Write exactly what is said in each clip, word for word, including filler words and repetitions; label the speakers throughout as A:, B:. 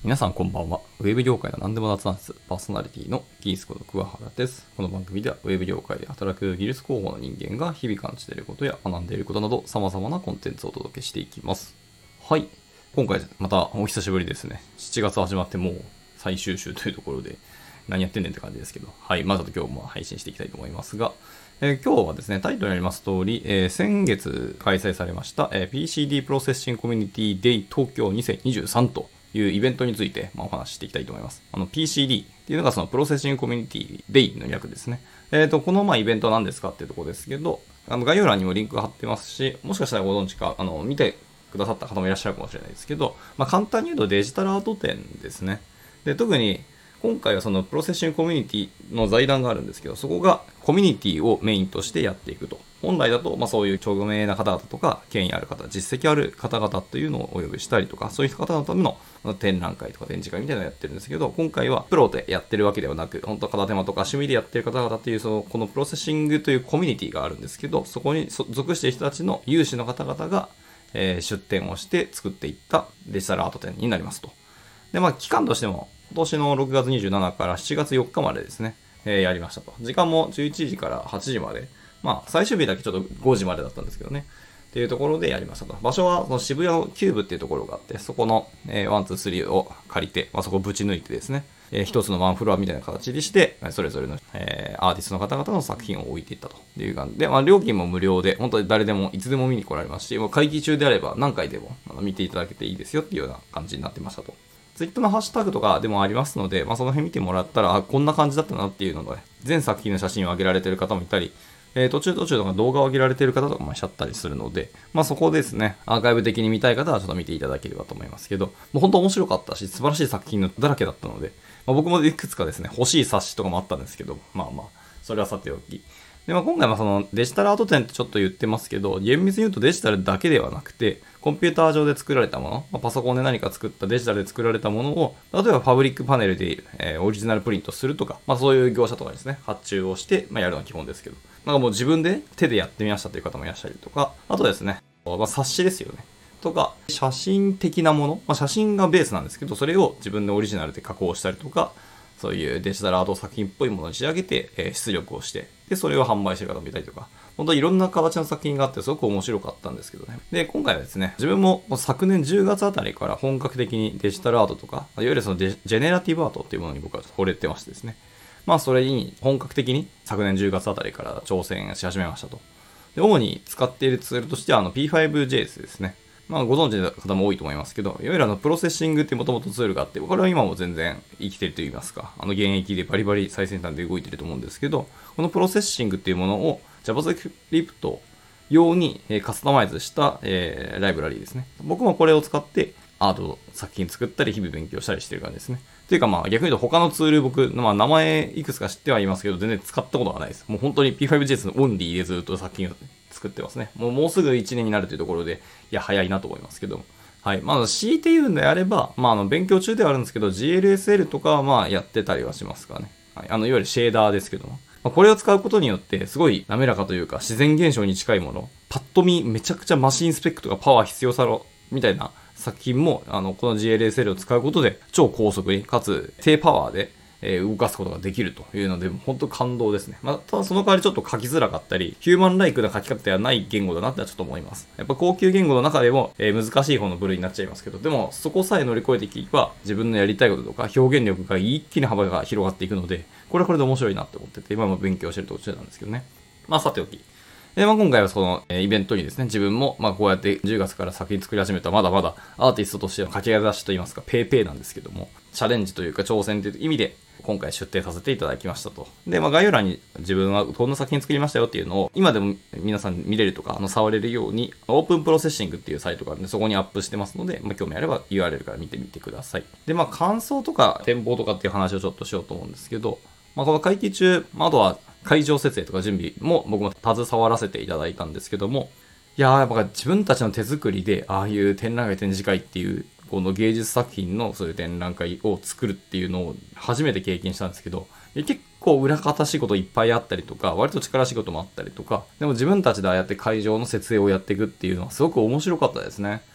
A: 皆さんこんばんは。ウェブ業界の何でも雑談室パーソナリティのギースこと桑原です。この番組ではウェブ業界で働く技術広報の人間が日々感じていることや学んでいることなど様々なコンテンツをお届けしていきます。はい。今回またお久しぶりですね。しちがつ始まってもう最終週というところで何やってんねんって感じですけど、はい。まずは今日も配信していきたいと思いますが、えー、今日はですね、タイトルにあります通り、えー、先月開催されました、えー、ピーシーディー プロセッシングコミュニティデイ東京にせんにじゅうさんというイベントについて、まあ、お話ししていきたいと思います。あの ピーシーディー っていうのがそのプロセッシングコミュニティデイの略ですね。えっと、このまあイベントは何ですかっていうところですけど、あの概要欄にもリンクが貼ってますし、もしかしたらご存知か、あの、見てくださった方もいらっしゃるかもしれないですけど、まあ、簡単に言うとデジタルアート展ですね。で、特に今回はそのプロセッシングコミュニティの財団があるんですけど、そこがコミュニティをメインとしてやっていくと。本来だと、まあそういう著名な方々とか、権威ある方、実績ある方々というのをお呼びしたりとか、そういう方のための展覧会とか展示会みたいなのをやってるんですけど、今回はプロでやってるわけではなく、本当片手間とか趣味でやってる方々っていう、その、このプロセッシングというコミュニティがあるんですけど、そこに属している人たちの有志の方々が、えー、出展をして作っていったデジタルアート展になりますと。で、まあ期間としても、今年のろくがつにじゅうしちにちからしちがつよっかまでですね、えー、やりましたと。時間もじゅういちじからはちじまで。まあ、最終日だけちょっとごじまでだったんですけどね。っていうところでやりましたと。場所はその渋谷のキューブっていうところがあって、そこの、えー、ワン、ツー、スリーを借りて、まあ、そこをぶち抜いてですね、えー、一つのワンフロアみたいな形にして、それぞれの、えー、アーティストの方々の作品を置いていったという感じで、まあ、料金も無料で、本当に誰でもいつでも見に来られますし、もう会期中であれば何回でも見ていただけていいですよっていうような感じになってましたと。ツイッターのハッシュタグとかでもありますので、まあ、その辺見てもらったら、あ、こんな感じだったなっていうので、全作品の写真を上げられている方もいたり、えー、途中途中とか動画を上げられている方とかもいらっしゃったりするので、まあそこですね、アーカイブ的に見たい方はちょっと見ていただければと思いますけど、もう本当面白かったし、素晴らしい作品のだらけだったので、まあ、僕もいくつかですね、欲しい冊子とかもあったんですけど、まあまあ、それはさておき。で、まあ今回はそのデジタルアート展ってちょっと言ってますけど、厳密に言うとデジタルだけではなくて、コンピューター上で作られたもの、まあ、パソコンで何か作ったデジタルで作られたものを、例えばパブリックパネルで、えー、オリジナルプリントするとか、まあそういう業者とかですね、発注をして、まあやるのが基本ですけど、なんかもう自分で手でやってみましたという方もいらっしゃるとか、あとですね、まあ冊子ですよね。とか、写真的なもの、まあ写真がベースなんですけど、それを自分でオリジナルで加工したりとか、そういうデジタルアート作品っぽいものに仕上げて、えー、出力をして、で、それを販売してる方もいたりとか、本当にいろんな形の作品があってすごく面白かったんですけどね。で、今回はですね、自分も昨年じゅうがつあたりから本格的にデジタルアートとか、いわゆるそのジェネラティブアートっていうものに僕は惚れてましてですね。まあそれに本格的に昨年じゅうがつあたりから挑戦し始めましたと。で、主に使っているツールとしてはあの ピーファイブジェイエス ですね。まあご存知の方も多いと思いますけど、いわゆるあのプロセッシングってもともとツールがあって、これは今も全然生きてると言いますか、あの現役でバリバリ最先端で動いてると思うんですけど、このプロセッシングっていうものを JavaScript 用にカスタマイズした、えー、ライブラリーですね。僕もこれを使ってアート作品作ったり日々勉強したりしてる感じですね。というかまあ逆に言うと他のツール僕、まあ名前いくつか知ってはいますけど全然使ったことがないです。もう本当に ピーファイブジェイエス のオンリーでずっと作品を作ってますね。もうもうすぐいちねんになるというところで、いや早いなと思いますけど。はい。まあ強いて言うんであれば、まああの勉強中ではあるんですけど ジーエルエスエル とかはまあやってたりはしますかね。はい。あのいわゆるシェーダーですけども。まあ、これを使うことによってすごい滑らかというか自然現象に近いもの。パッと見めちゃくちゃマシンスペックとかパワー必要さろみたいな作品も、あの、この ジーエルエスエル を使うことで、超高速に、かつ、低パワーで、えー、動かすことができるというので、本当感動ですね。まあ、ただその代わりちょっと書きづらかったり、ヒューマンライクな書き方ではない言語だなってちょっと思います。やっぱ高級言語の中でも、えー、難しい方の部類になっちゃいますけど、でも、そこさえ乗り越えていけば、自分のやりたいこととか、表現力が一気に幅が広がっていくので、これはこれで面白いなって思ってて、今も勉強してる途中なんですけどね。まあ、さておき。で、まあ、今回はその、えー、イベントにですね、自分も、まあ、こうやってじゅうがつから作品作り始めたまだまだアーティストとしての駆け出しといいますか、ペーペーなんですけども、チャレンジというか挑戦という意味で、今回出展させていただきましたと。で、まあ、概要欄に自分はこんな作品作りましたよっていうのを、今でも皆さん見れるとか、あの、触れるように、オープンプロセッシングっていうサイトがあるんで、そこにアップしてますので、まあ、興味あれば ユーアールエル から見てみてください。で、まあ、感想とか展望とかっていう話をちょっとしようと思うんですけど、まあ、この会期中、まあ、あとは会場設営とか準備も僕も携わらせていただいたんですけども、いやー、やっぱ自分たちの手作りで、ああいう展覧会展示会っていう、この芸術作品のそういう展覧会を作るっていうのを初めて経験したんですけど、結構裏方仕事いっぱいあったりとか、割と力仕事もあったりとか、でも自分たちでああやって会場の設営をやっていくっていうのはすごく面白かったですね。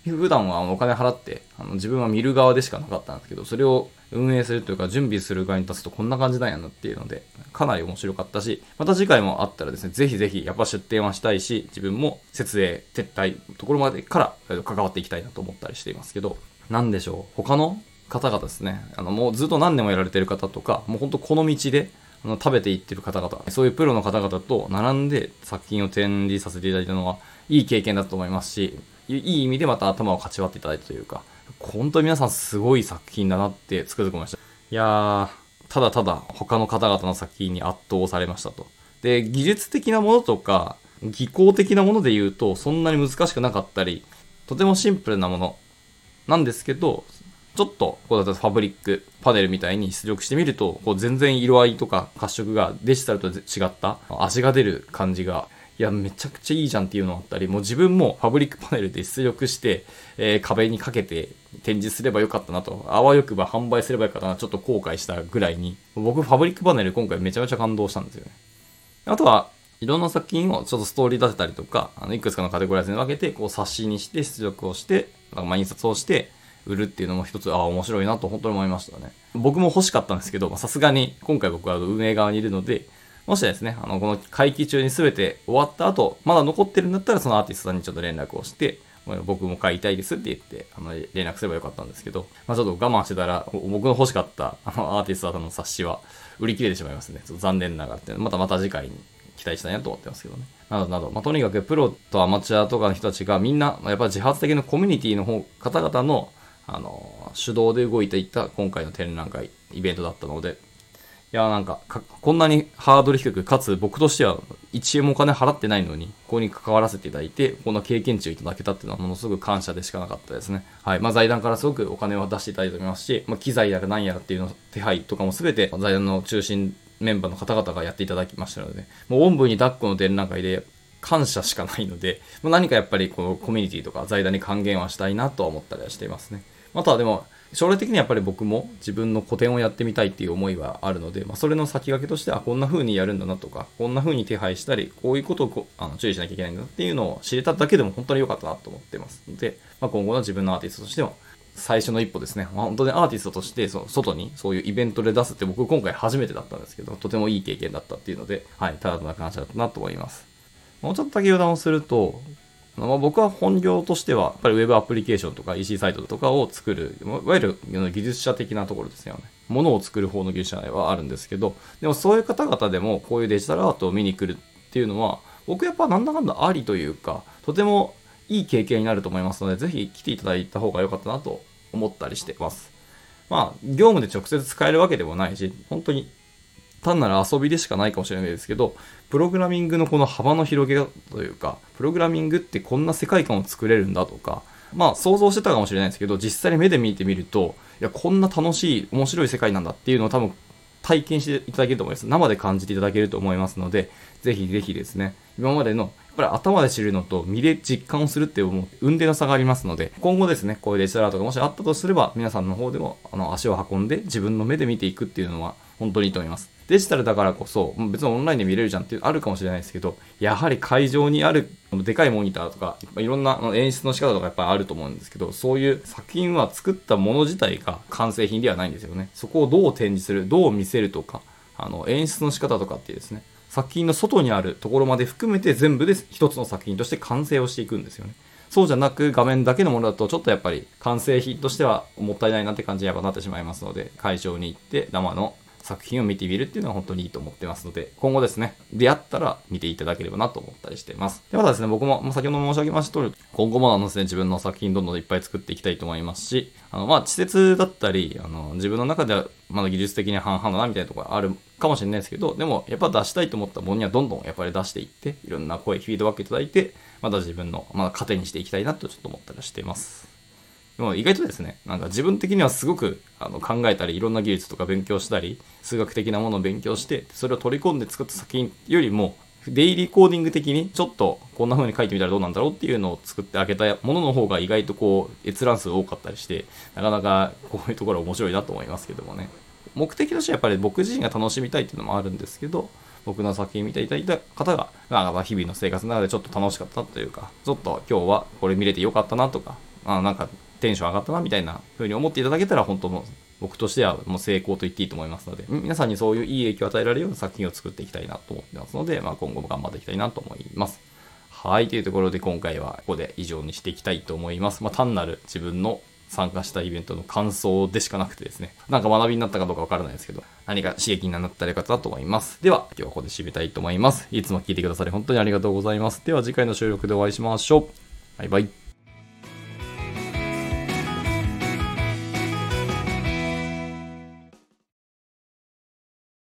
A: 普段はお金払って、あの自分は見る側でしかなかったんですけど、それを運営するというか準備する側に立つとこんな感じなんやなっていうので、かなり面白かったし、また次回もあったらですね、ぜひぜひやっぱ出店はしたいし、自分も設営、撤退ところまでから関わっていきたいなと思ったりしていますけど、なんでしょう、他の方々ですね、あのもうずっと何年もやられてる方とか、もうほんとこの道であの食べていってる方々、そういうプロの方々と並んで作品を展示させていただいたのは、いい経験だと思いますし、いい意味でまた頭をかち割っていただいたというか、本当に皆さんすごい作品だなってつくづく思いました。いやー、ただただ他の方々の作品に圧倒されましたと。で、技術的なものとか、技巧的なもので言うと、そんなに難しくなかったり、とてもシンプルなものなんですけど、ちょっと、こうだったファブリックパネルみたいに出力してみると、こう全然色合いとか褐色がデジタルと違った味が出る感じが、いや、めちゃくちゃいいじゃんっていうのがあったり、もう自分もファブリックパネルで出力して、えー、壁にかけて展示すればよかったなと、あわよくば販売すればよかったな、ちょっと後悔したぐらいに、僕ファブリックパネル今回めちゃめちゃ感動したんですよね。あとは、いろんな作品をちょっとストーリー立てたりとか、あの、いくつかのカテゴライズに分けて、こう冊子にして出力をして、まあ、印刷をして、売るっていうのも一つ、ああ、面白いなと本当に思いましたね。僕も欲しかったんですけど、さすがに今回僕は運営側にいるので、もしですね、あの、この会期中に全て終わった後、まだ残ってるんだったらそのアーティストさんにちょっと連絡をして、僕も買いたいですって言って、あの、連絡すればよかったんですけど、まあちょっと我慢してたら、僕の欲しかったあのアーティストさんの冊子は売り切れてしまいますね。ちょっと残念ながらって、またまた次回に期待したいなと思ってますけどね。などなど、まあとにかくプロとアマチュアとかの人たちがみんな、やっぱり自発的なコミュニティの方、方々のあの、主導で動いていった今回の展覧会、イベントだったので、いや、なんかか、こんなにハードル低く、かつ僕としてはいちえんもお金払ってないのに、ここに関わらせていただいて、こんな経験値をいただけたっていうのはものすごく感謝でしかなかったですね。はい。まあ財団からすごくお金を出していただいておりますし、まあ機材やら何やらっていうの手配とかもすべて財団の中心メンバーの方々がやっていただきましたので、もうおんぶに抱っこの展覧会で、感謝しかないので、まあ、何かやっぱりこのコミュニティとか財団に還元はしたいなとは思ったりはしていますね。あとはでも、将来的にやっぱり僕も自分の個展をやってみたいっていう思いはあるので、まあ、それの先駆けとしてはこんな風にやるんだなとか、こんな風に手配したり、こういうことをこあの注意しなきゃいけないんだっていうのを知れただけでも本当に良かったなと思っていますので、まあ、今後の自分のアーティストとしても最初の一歩ですね。まあ、本当にアーティストとしてその外にそういうイベントで出すって僕今回初めてだったんですけど、とてもいい経験だったっていうので、はい、ただただ感謝だったなと思います。もうちょっとだけ余談をすると、まあ、僕は本業としては、やっぱりウェブアプリケーションとか イーシー サイトとかを作る、いわゆる技術者的なところですよね。ものを作る方の技術者はあるんですけど、でもそういう方々でもこういうデジタルアートを見に来るっていうのは、僕やっぱなんだかんだありというか、とてもいい経験になると思いますので、ぜひ来ていただいた方が良かったなと思ったりしてます。まあ、業務で直接使えるわけでもないし、本当に単なる遊びでしかないかもしれないですけど、プログラミングのこの幅の広げというか、プログラミングってこんな世界観を作れるんだとか、まあ想像してたかもしれないですけど、実際に目で見てみると、いや、こんな楽しい、面白い世界なんだっていうのを多分体験していただけると思います。生で感じていただけると思いますので、ぜひぜひですね、今までの、やっぱり頭で知るのと身で実感をするっていう、運転の差がありますので、今後ですね、こういうデジタルアートがもしあったとすれば、皆さんの方でもあの足を運んで自分の目で見ていくっていうのは本当にいいと思います。デジタルだからこそ、別にオンラインで見れるじゃんっていうあるかもしれないですけど、やはり会場にあるでかいモニターとか、いろんな演出の仕方とかやっぱりあると思うんですけど、そういう作品は作ったもの自体が完成品ではないんですよね。そこをどう展示する、どう見せるとか、あの演出の仕方とかっていうですね、作品の外にあるところまで含めて全部で一つの作品として完成をしていくんですよね。そうじゃなく画面だけのものだとちょっとやっぱり完成品としてはもったいないなって感じにやっぱなってしまいますので、会場に行って生の作品を見てみるっていうのは本当にいいと思ってますので、今後ですね、出会ったら見ていただければなと思ったりしています。で、またですね、僕も先ほど申し上げました通り、今後もあのですね、自分の作品どんどんいっぱい作っていきたいと思いますし、あの、まあ、稚拙だったり、あの、自分の中ではまだ技術的に半々だなみたいなところがあるかもしれないですけど、でもやっぱ出したいと思ったものにはどんどんやっぱり出していって、いろんな声、フィードバックいただいて、また自分の、まだ糧にしていきたいなとちょっと思ったりしています。でも意外とですね、なんか自分的にはすごくあの考えたり、いろんな技術とか勉強したり、数学的なものを勉強して、それを取り込んで作った作品よりも、デイリーコーディング的にちょっとこんな風に書いてみたらどうなんだろうっていうのを作ってあげたものの方が意外とこう閲覧数多かったりして、なかなかこういうところ面白いなと思いますけどもね。目的としてはやっぱり僕自身が楽しみたいっていうのもあるんですけど、僕の作品見ていただいた方が、まあ、日々の生活の中でちょっと楽しかったというか、ちょっと今日はこれ見れてよかったなとか、 あなんかテンション上がったなみたいな風に思っていただけたら本当もう僕としてはもう成功と言っていいと思いますので、皆さんにそういういい影響を与えられるような作品を作っていきたいなと思ってますので、まあ、今後も頑張っていきたいなと思います。はい、というところで今回はここで以上にしていきたいと思います。まあ、単なる自分の参加したイベントの感想でしかなくてですね、なんか学びになったかどうかわからないですけど、何か刺激になったらよかったと思います。では、今日はここで締めたいと思います。いつも聞いてくださり本当にありがとうございます。では次回の収録でお会いしましょう。バイバイ。